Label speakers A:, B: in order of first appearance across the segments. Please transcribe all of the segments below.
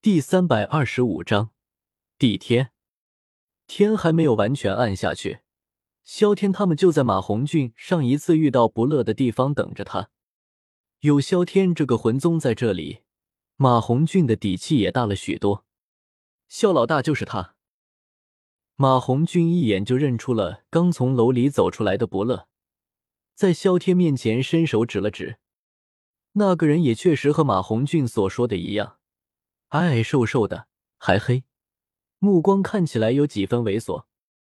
A: 第325章地天。天还没有完全暗下去，萧天他们就在马红俊上一次遇到不乐的地方等着他。有萧天这个魂宗在这里，马红俊的底气也大了许多。萧老大就是他。马红俊一眼就认出了刚从楼里走出来的不乐，在萧天面前伸手指了指。那个人也确实和马红俊所说的一样，矮矮瘦瘦的，还黑，目光看起来有几分猥琐。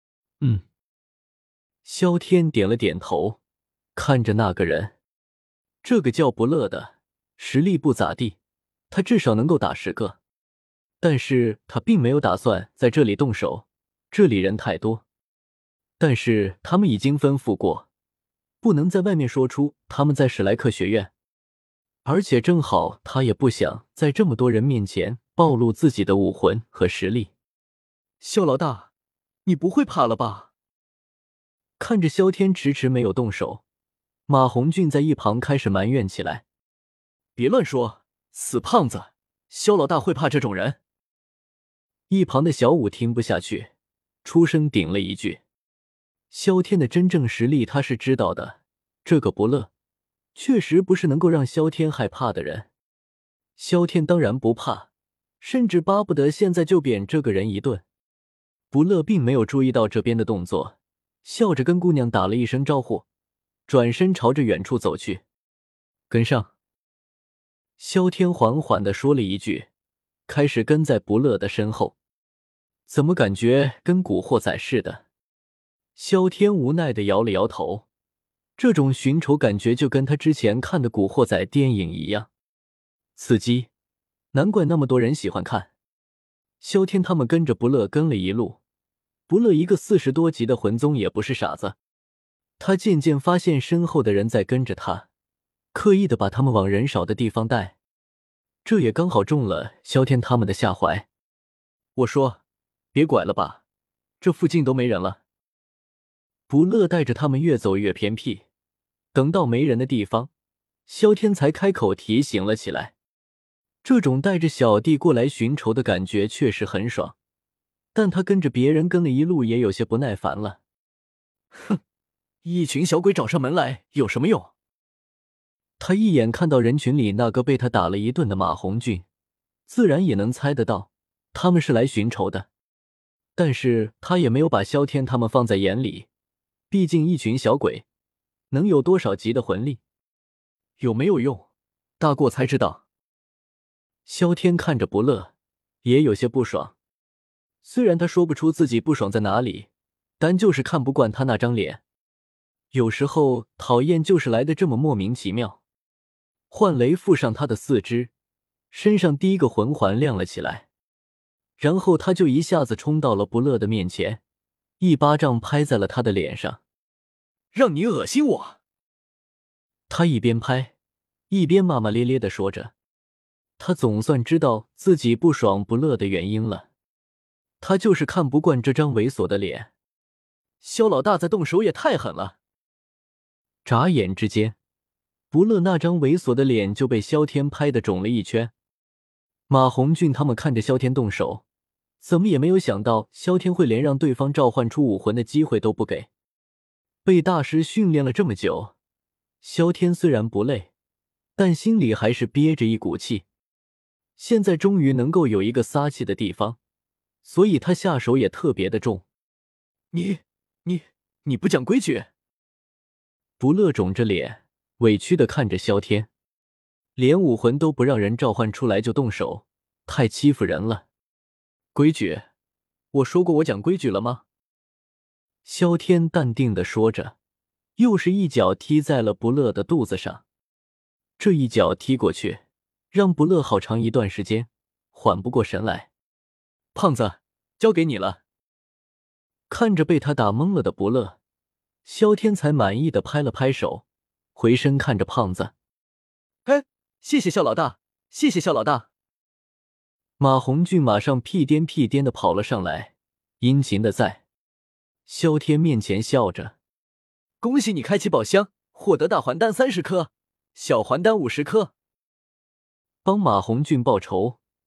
A: 萧天点了点头，看着那个人，这个叫不乐的实力不咋地，他至少能够打10个，但是他并没有打算在这里动手，这里人太多。但是他们已经吩咐过，不能在外面说出他们在史莱克学院，而且正好他也不想在这么多人面前暴露自己的武魂和实力。萧老大，你不会怕了吧？看着萧天迟迟没有动手，马红俊在一旁开始埋怨起来。别乱说，死胖子，萧老大会怕这种人？一旁的小五听不下去，出声顶了一句。萧天的真正实力他是知道的，这个不乐确实不是能够让萧天害怕的人。萧天当然不怕，甚至巴不得现在就扁这个人一顿。不乐并没有注意到这边的动作，笑着跟姑娘打了一声招呼，转身朝着远处走去。跟上。萧天缓缓地说了一句，开始跟在不乐的身后。怎么感觉跟古惑仔似的？萧天无奈地摇了摇头，这种寻仇感觉就跟他之前看的古惑仔电影一样，刺激，难怪那么多人喜欢看。萧天他们跟着不乐跟了一路，不乐一个40多级的魂宗也不是傻子，他渐渐发现身后的人在跟着他，刻意的把他们往人少的地方带，这也刚好中了萧天他们的下怀。我说，别拐了吧，这附近都没人了。不乐带着他们越走越偏僻，等到没人的地方，萧天才开口提醒了起来。这种带着小弟过来寻仇的感觉确实很爽，但他跟着别人跟了一路也有些不耐烦了。哼，一群小鬼找上门来有什么用？他一眼看到人群里那个被他打了一顿的马红俊，自然也能猜得到他们是来寻仇的，但是他也没有把萧天他们放在眼里，毕竟一群小鬼能有多少级的魂力？有没有用，大过才知道。萧天看着不乐，也有些不爽。虽然他说不出自己不爽在哪里，但就是看不惯他那张脸。有时候讨厌就是来得这么莫名其妙。幻雷附上他的4肢，身上第一个魂环亮了起来，然后他就一下子冲到了不乐的面前，一巴掌拍在了他的脸上。让你恶心我！他一边拍，一边骂骂咧咧地说着。他总算知道自己不爽不乐的原因了，他就是看不惯这张猥琐的脸。萧老大在动手也太狠了。眨眼之间，不乐那张猥琐的脸就被萧天拍得肿了一圈。马红俊他们看着萧天动手，怎么也没有想到萧天会连让对方召唤出武魂的机会都不给。被大师训练了这么久，萧天虽然不累，但心里还是憋着一股气。现在终于能够有一个撒气的地方，所以他下手也特别的重。你不讲规矩！不乐肿着脸，委屈地看着萧天，连武魂都不让人召唤出来就动手，太欺负人了。规矩？我说过我讲规矩了吗？萧天淡定地说着，又是一脚踢在了不乐的肚子上。这一脚踢过去，让不乐好长一段时间缓不过神来。胖子，交给你了。看着被他打懵了的不乐，萧天才满意的拍了拍手，回身看着胖子。哎，谢谢萧老大，谢谢萧老大。马红俊马上屁颠屁颠的跑了上来，殷勤的在萧天面前笑着。恭喜你开启宝箱，获得大还丹30颗，小还丹50颗。帮马红俊报仇，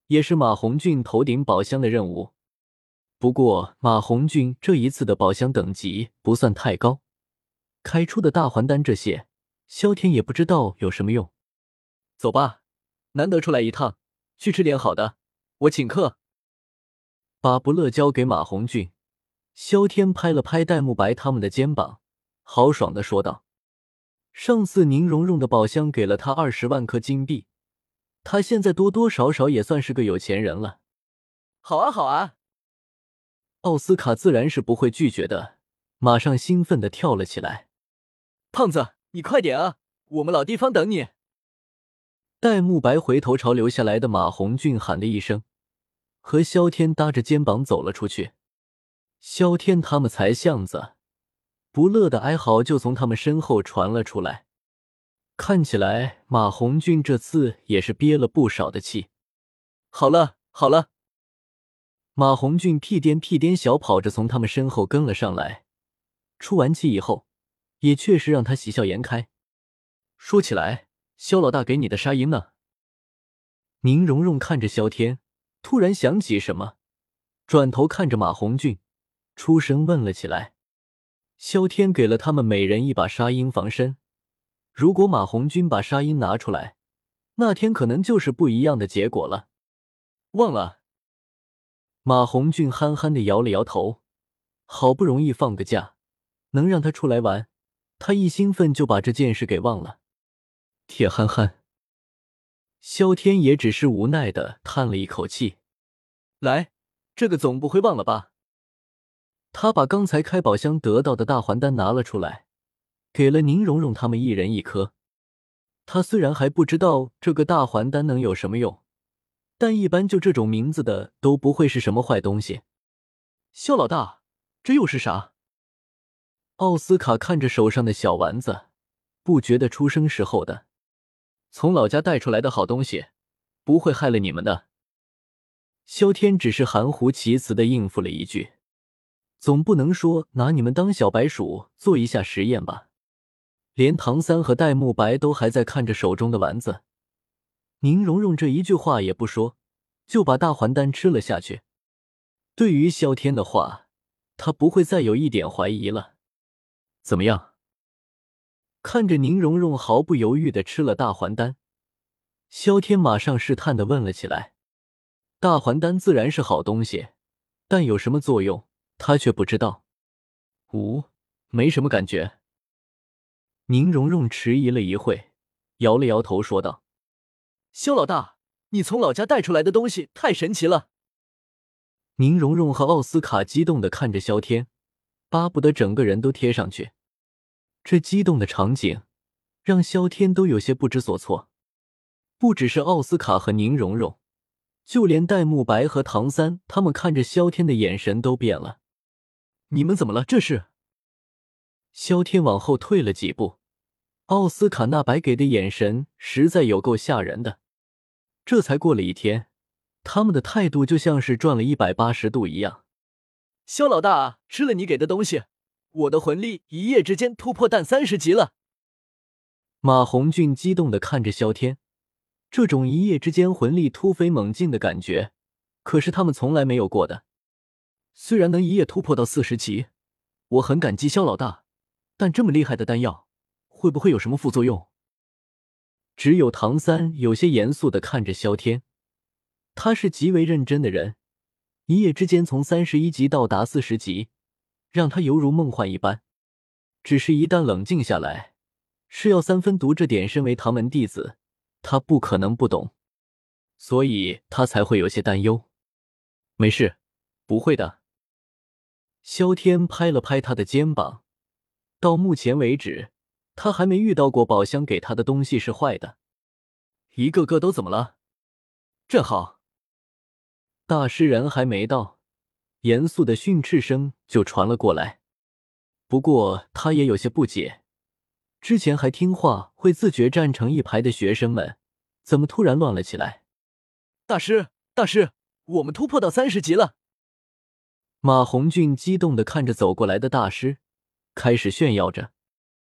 A: 也是马红俊头顶宝箱的任务。不过马红俊这一次的宝箱等级不算太高，开出的大还丹这些，萧天也不知道有什么用。走吧，难得出来一趟，去吃点好的，我请客。把不乐交给马红俊，萧天拍了拍戴沐白他们的肩膀，豪爽地说道：上次宁荣荣的宝箱给了他20万颗金币，他现在多多少少也算是个有钱人了。好啊好啊，奥斯卡自然是不会拒绝的，马上兴奋地跳了起来。胖子，你快点啊，我们老地方等你。戴沐白回头朝留下来的马红俊喊了一声，和萧天搭着肩膀走了出去。萧天他们才巷子，不乐的哀嚎就从他们身后传了出来。看起来马红俊这次也是憋了不少的气。好了好了，马红俊屁颠屁颠小跑着从他们身后跟了上来，出完气以后也确实让他喜笑颜开。说起来，萧老大给你的沙鹰呢？宁荣荣看着萧天，突然想起什么，转头看着马红俊，出声问了起来。萧天给了他们每人一把沙鹰防身，如果马红俊把沙鹰拿出来，那天可能就是不一样的结果了。忘了。马红俊憨憨地摇了摇头，好不容易放个假，能让他出来玩，他一兴奋就把这件事给忘了。铁憨憨。萧天也只是无奈地叹了一口气。来，这个总不会忘了吧？他把刚才开宝箱得到的大还丹拿了出来，给了宁荣荣他们一人一颗。他虽然还不知道这个大还丹能有什么用，但一般就这种名字的都不会是什么坏东西。萧老大，这又是啥？奥斯卡看着手上的小丸子，不觉得出声时候的。从老家带出来的好东西，不会害了你们的。萧天只是含糊其辞地应付了一句，总不能说拿你们当小白鼠做一下实验吧。连唐三和戴沐白都还在看着手中的丸子，宁荣荣这一句话也不说，就把大还丹吃了下去。对于萧天的话，他不会再有一点怀疑了。怎么样？看着宁荣荣毫不犹豫地吃了大还丹，萧天马上试探地问了起来。大还丹自然是好东西，但有什么作用，他却不知道。没什么感觉。宁荣荣迟疑了一会，摇了摇头说道：萧老大，你从老家带出来的东西太神奇了。宁荣荣和奥斯卡激动地看着萧天，巴不得整个人都贴上去。这激动的场景让萧天都有些不知所措，不只是奥斯卡和宁荣荣，就连戴沐白和唐三他们看着萧天的眼神都变了。你们怎么了？这是？萧天往后退了几步，奥斯卡那白给的眼神实在有够吓人的。这才过了一天，他们的态度就像是转了180度一样。萧老大啊，吃了你给的东西，我的魂力一夜之间突破但30级了。马红俊激动地看着萧天，这种一夜之间魂力突飞猛进的感觉，可是他们从来没有过的。虽然能一夜突破到40级，我很感激萧老大，但这么厉害的丹药，会不会有什么副作用？只有唐三有些严肃地看着萧天，他是极为认真的人，一夜之间从31级到达40级，让他犹如梦幻一般。只是一旦冷静下来，是药三分毒这点身为唐门弟子，他不可能不懂，所以他才会有些担忧。没事，不会的。萧天拍了拍他的肩膀，到目前为止，他还没遇到过宝箱给他的东西是坏的。一个个都怎么了？正好。大诗人还没到，严肃的训斥声就传了过来。不过他也有些不解，之前还听话会自觉站成一排的学生们，怎么突然乱了起来？大师，我们突破到30级了！马红俊激动地看着走过来的大师，开始炫耀着。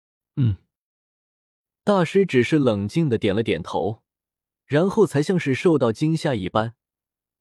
A: 大师只是冷静地点了点头，然后才像是受到惊吓一般，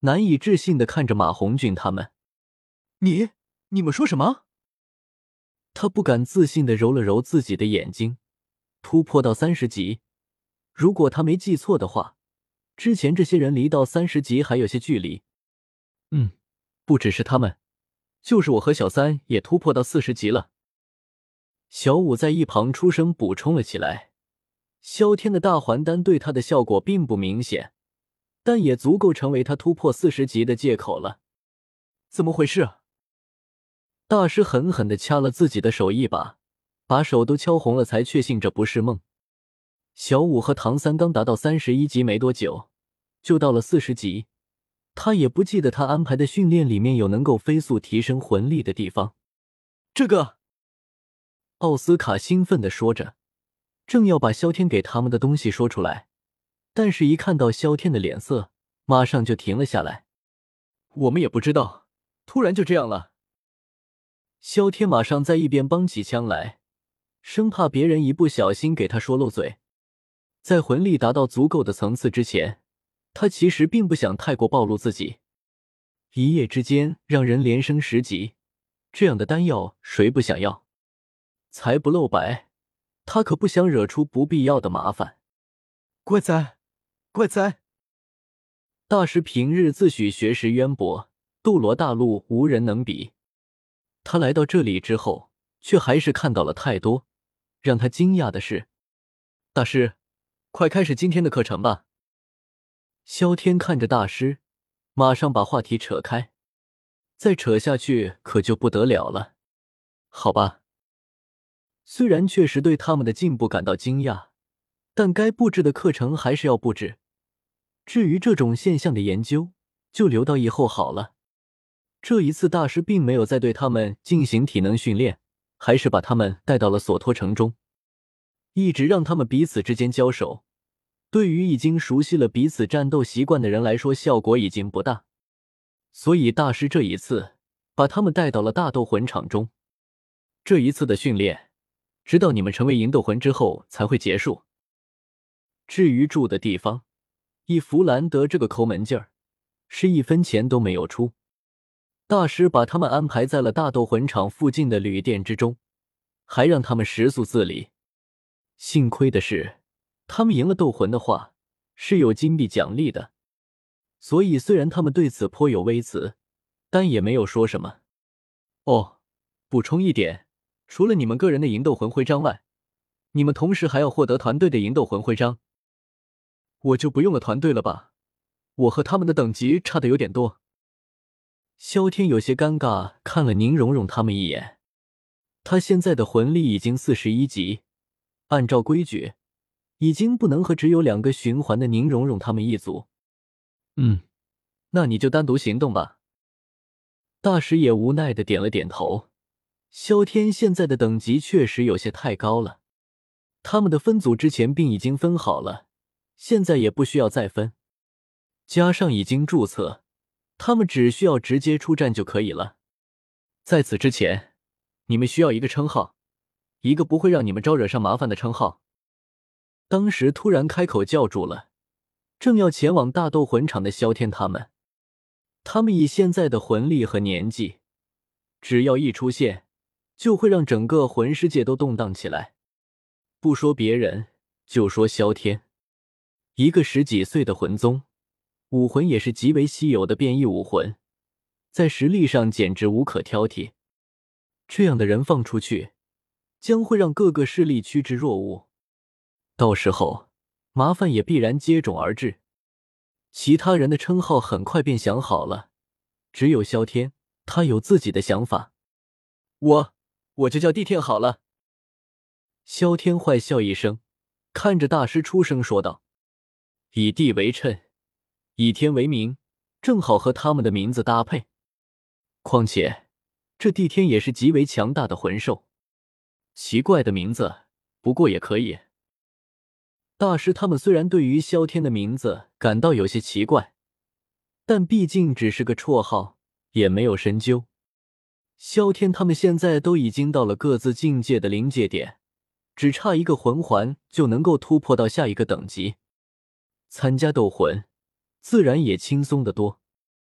A: 难以置信地看着马红俊他们。
B: 你们说什么？
A: 他不敢自信地揉了揉自己的眼睛，突破到30级。如果他没记错的话，之前这些人离到30级还有些距离。不只是他们，就是我和小三也突破到40级了。小五在一旁出声补充了起来。萧天的大还丹对他的效果并不明显，但也足够成为他突破40级的借口了。
B: 怎么回事？
A: 大师狠狠地掐了自己的手一把，把手都敲红了，才确信这不是梦。小五和唐三刚达到31级没多久，就到了40级。他也不记得他安排的训练里面有能够飞速提升魂力的地方。
B: 这个，
A: 奥斯卡兴奋地说着，正要把萧天给他们的东西说出来，但是一看到萧天的脸色，马上就停了下来。
B: 我们也不知道，突然就这样了。
A: 萧天马上在一边帮起枪来，生怕别人一不小心给他说漏嘴。在魂力达到足够的层次之前，他其实并不想太过暴露自己。一夜之间让人连升10级，这样的丹药谁不想要？财不露白，他可不想惹出不必要的麻烦。
B: 怪哉，怪哉！
A: 大师平日自诩学识渊博，斗罗大陆无人能比。他来到这里之后，却还是看到了太多。让他惊讶的是，
B: 大师，快开始今天的课程吧。
A: 萧天看着大师，马上把话题扯开。再扯下去可就不得了了。好吧。虽然确实对他们的进步感到惊讶，但该布置的课程还是要布置。至于这种现象的研究，就留到以后好了。这一次大师并没有再对他们进行体能训练，还是把他们带到了索托城中，一直让他们彼此之间交手。对于已经熟悉了彼此战斗习惯的人来说，效果已经不大。所以大师这一次把他们带到了大斗魂场中。这一次的训练，直到你们成为银斗魂之后才会结束。至于住的地方，以弗兰德这个抠门劲儿，是1分钱都没有出。大师把他们安排在了大斗魂场附近的旅店之中，还让他们食宿自理。幸亏的是，他们赢了斗魂的话，是有金币奖励的。所以虽然他们对此颇有微词，但也没有说什么。
B: 哦，补充一点，除了你们个人的银斗魂徽章外，你们同时还要获得团队的银斗魂徽章。我就不用了团队了吧，我和他们的等级差的有点多。
A: 萧天有些尴尬看了宁荣荣他们一眼。他现在的魂力已经41级，按照规矩，已经不能和只有2个循环的宁荣荣他们一组。
B: 那你就单独行动吧。
A: 大师也无奈地点了点头。萧天现在的等级确实有些太高了，他们的分组之前并已经分好了，现在也不需要再分，加上已经注册，他们只需要直接出战就可以了。
B: 在此之前，你们需要一个称号，一个不会让你们招惹上麻烦的称号。
A: 当时突然开口叫住了正要前往大斗魂场的萧天他们。他们以现在的魂力和年纪，只要一出现，就会让整个魂世界都动荡起来。不说别人，就说萧天，一个10几岁的魂宗，武魂也是极为稀有的变异武魂，在实力上简直无可挑剔。这样的人放出去，将会让各个势力趋之若鹜，到时候麻烦也必然接踵而至。其他人的称号很快便想好了，只有萧天，他有自己的想法。
B: 我就叫地天好了。
A: 萧天坏笑一声，看着大师出声说道：“以地为衬，以天为名，正好和他们的名字搭配。况且，这地天也是极为强大的魂兽。奇怪的名字，不过也可以。”大师他们虽然对于萧天的名字感到有些奇怪，但毕竟只是个绰号，也没有深究。萧天他们现在都已经到了各自境界的临界点，只差一个魂环就能够突破到下一个等级。参加斗魂，自然也轻松得多。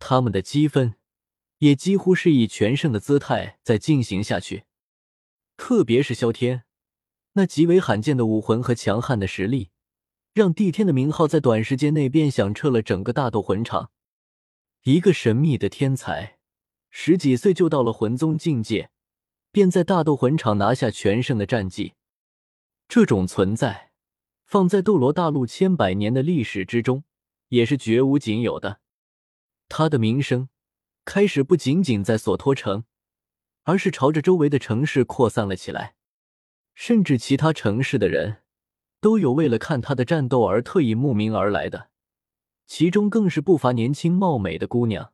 A: 他们的积分也几乎是以全胜的姿态在进行下去。特别是萧天，那极为罕见的武魂和强悍的实力，让帝天的名号在短时间内便响彻了整个大斗魂场。一个神秘的天才，10几岁就到了魂宗境界，便在大斗魂场拿下全胜的战绩。这种存在，放在斗罗大陆千百年的历史之中，也是绝无仅有的。他的名声开始不仅仅在索托城，而是朝着周围的城市扩散了起来，甚至其他城市的人都有为了看他的战斗而特意慕名而来的，其中更是不乏年轻貌美的姑娘。